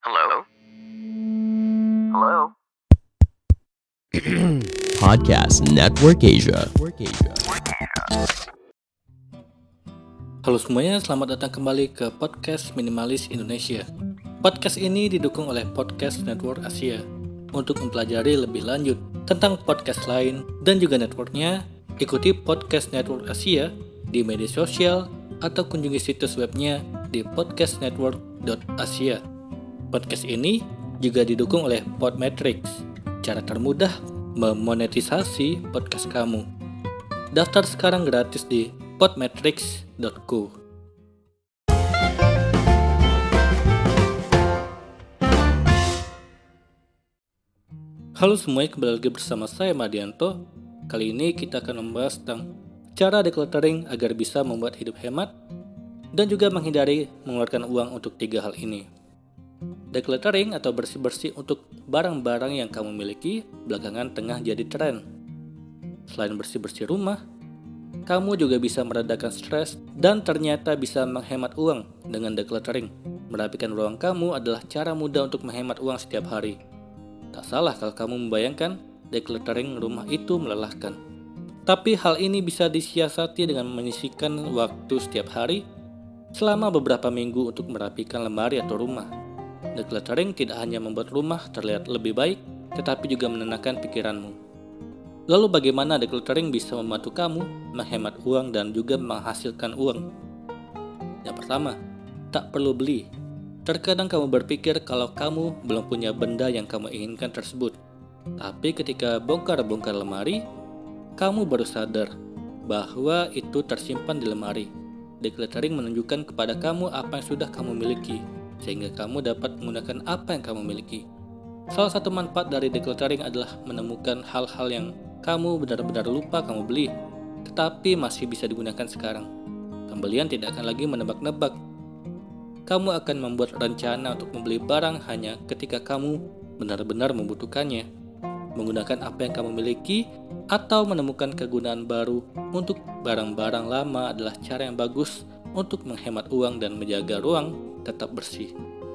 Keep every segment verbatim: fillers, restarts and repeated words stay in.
Hello? Hello? Podcast Network Asia. Halo semuanya, selamat datang kembali ke Podcast Minimalis Indonesia. Podcast ini didukung oleh Podcast Network Asia. Untuk mempelajari lebih lanjut tentang podcast lain dan juga networknya, ikuti Podcast Network Asia di media sosial atau kunjungi situs webnya di podcast network dot asia. Podcast ini juga didukung oleh Podmetrics, cara termudah memonetisasi podcast kamu. Daftar sekarang gratis di podmetrics dot co. Halo semuanya, kembali lagi bersama saya Madianto. Kali ini kita akan membahas tentang cara decluttering agar bisa membuat hidup hemat dan juga menghindari mengeluarkan uang untuk tiga hal ini. Decluttering atau bersih-bersih untuk barang-barang yang kamu miliki belakangan tengah jadi tren. Selain bersih-bersih rumah, kamu juga bisa meredakan stres dan ternyata bisa menghemat uang dengan decluttering. Merapikan ruang kamu adalah cara mudah untuk menghemat uang setiap hari. Tak salah kalau kamu membayangkan decluttering rumah itu melelahkan. Tapi hal ini bisa disiasati dengan menyisihkan waktu setiap hari selama beberapa minggu untuk merapikan lemari atau rumah. Decluttering tidak hanya membuat rumah terlihat lebih baik, tetapi juga menenangkan pikiranmu. Lalu bagaimana decluttering bisa membantu kamu menghemat uang dan juga menghasilkan uang? Yang pertama, tak perlu beli. Terkadang kamu berpikir kalau kamu belum punya benda yang kamu inginkan tersebut. Tapi ketika bongkar-bongkar lemari, kamu baru sadar bahwa itu tersimpan di lemari. Decluttering menunjukkan kepada kamu apa yang sudah kamu miliki, sehingga kamu dapat menggunakan apa yang kamu miliki. Salah satu manfaat dari decluttering adalah menemukan hal-hal yang kamu benar-benar lupa kamu beli, tetapi masih bisa digunakan sekarang. Pembelian tidak akan lagi menebak-nebak. Kamu akan membuat rencana untuk membeli barang hanya ketika kamu benar-benar membutuhkannya, menggunakan apa yang kamu miliki, atau menemukan kegunaan baru untuk barang-barang lama adalah cara yang bagus untuk menghemat uang dan menjaga ruang tetap bersih.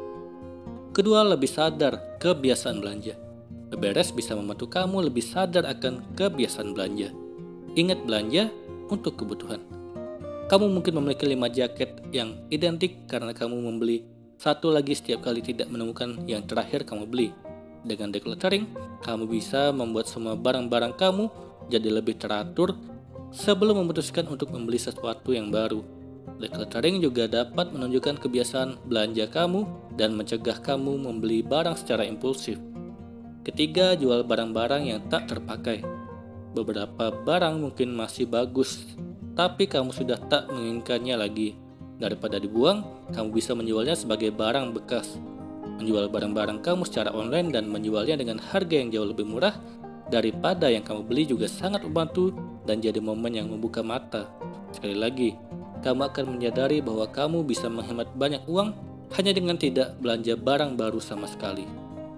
Kedua, lebih sadar kebiasaan belanja. Beberes bisa membantu kamu lebih sadar akan kebiasaan belanja. Ingat belanja untuk kebutuhan. Kamu mungkin memiliki lima jaket yang identik karena kamu membeli satu lagi setiap kali tidak menemukan yang terakhir kamu beli. Dengan decluttering, kamu bisa membuat semua barang-barang kamu jadi lebih teratur sebelum memutuskan untuk membeli sesuatu yang baru. Decluttering juga dapat menunjukkan kebiasaan belanja kamu dan mencegah kamu membeli barang secara impulsif. Ketiga, jual barang-barang yang tak terpakai. Beberapa barang mungkin masih bagus, tapi kamu sudah tak menginginkannya lagi. Daripada dibuang, kamu bisa menjualnya sebagai barang bekas. Menjual barang-barang kamu secara online dan menjualnya dengan harga yang jauh lebih murah daripada yang kamu beli juga sangat membantu dan jadi momen yang membuka mata. Sekali lagi, kamu akan menyadari bahwa kamu bisa menghemat banyak uang hanya dengan tidak belanja barang baru sama sekali.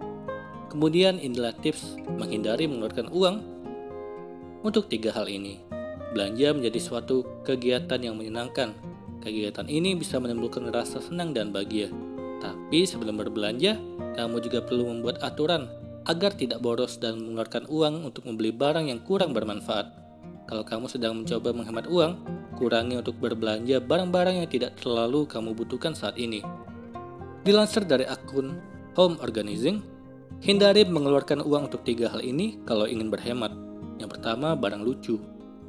Kemudian inilah tips menghindari mengeluarkan uang untuk tiga hal ini. Belanja menjadi suatu kegiatan yang menyenangkan. Kegiatan ini bisa menimbulkan rasa senang dan bahagia. Tapi sebelum berbelanja, kamu juga perlu membuat aturan agar tidak boros dan mengeluarkan uang untuk membeli barang yang kurang bermanfaat. Kalau kamu sedang mencoba menghemat uang, kurangi untuk berbelanja barang-barang yang tidak terlalu kamu butuhkan saat ini. Dilansir dari akun Home Organizing, hindari mengeluarkan uang untuk tiga hal ini kalau ingin berhemat. Yang pertama, barang lucu.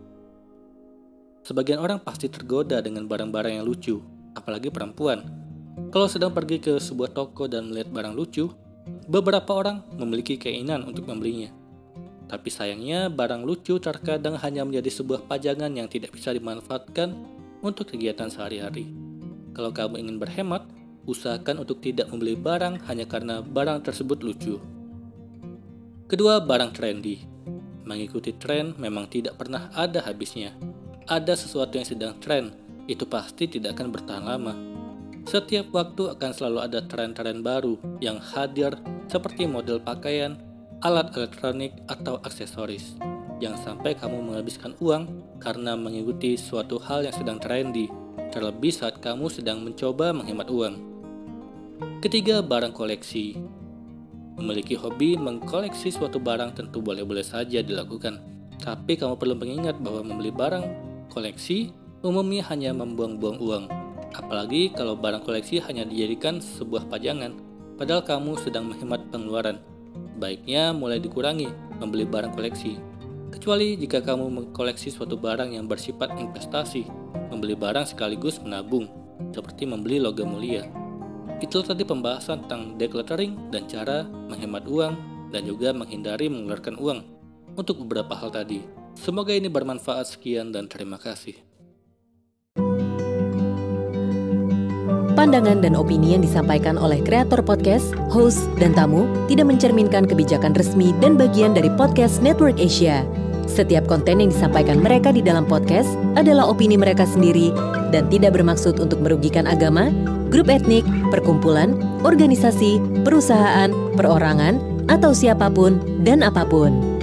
Sebagian orang pasti tergoda dengan barang-barang yang lucu, apalagi perempuan. Kalau sedang pergi ke sebuah toko dan melihat barang lucu, beberapa orang memiliki keinginan untuk membelinya. Tapi sayangnya, barang lucu terkadang hanya menjadi sebuah pajangan yang tidak bisa dimanfaatkan untuk kegiatan sehari-hari. Kalau kamu ingin berhemat, usahakan untuk tidak membeli barang hanya karena barang tersebut lucu. Kedua, barang trendy. Mengikuti tren memang tidak pernah ada habisnya. Ada sesuatu yang sedang tren, itu pasti tidak akan bertahan lama. Setiap waktu akan selalu ada tren-tren baru yang hadir seperti model pakaian, alat elektronik, atau aksesoris. Jangan sampai kamu menghabiskan uang karena mengikuti suatu hal yang sedang trendy, terlebih saat kamu sedang mencoba menghemat uang. Ketiga, barang koleksi. Memiliki hobi mengkoleksi suatu barang tentu boleh-boleh saja dilakukan. Tapi kamu perlu mengingat bahwa membeli barang koleksi umumnya hanya membuang-buang uang. Apalagi kalau barang koleksi hanya dijadikan sebuah pajangan, padahal kamu sedang menghemat pengeluaran. Baiknya mulai dikurangi membeli barang koleksi. Kecuali jika kamu mengkoleksi suatu barang yang bersifat investasi, membeli barang sekaligus menabung, seperti membeli logam mulia. Itulah tadi pembahasan tentang decluttering dan cara menghemat uang dan juga menghindari mengeluarkan uang untuk beberapa hal tadi. Semoga ini bermanfaat. Sekian dan terima kasih. Pandangan dan opini yang disampaikan oleh kreator podcast, host, dan tamu tidak mencerminkan kebijakan resmi dan bagian dari podcast Network Asia. Setiap konten yang disampaikan mereka di dalam podcast adalah opini mereka sendiri dan tidak bermaksud untuk merugikan agama, grup etnik, perkumpulan, organisasi, perusahaan, perorangan, atau siapapun dan apapun.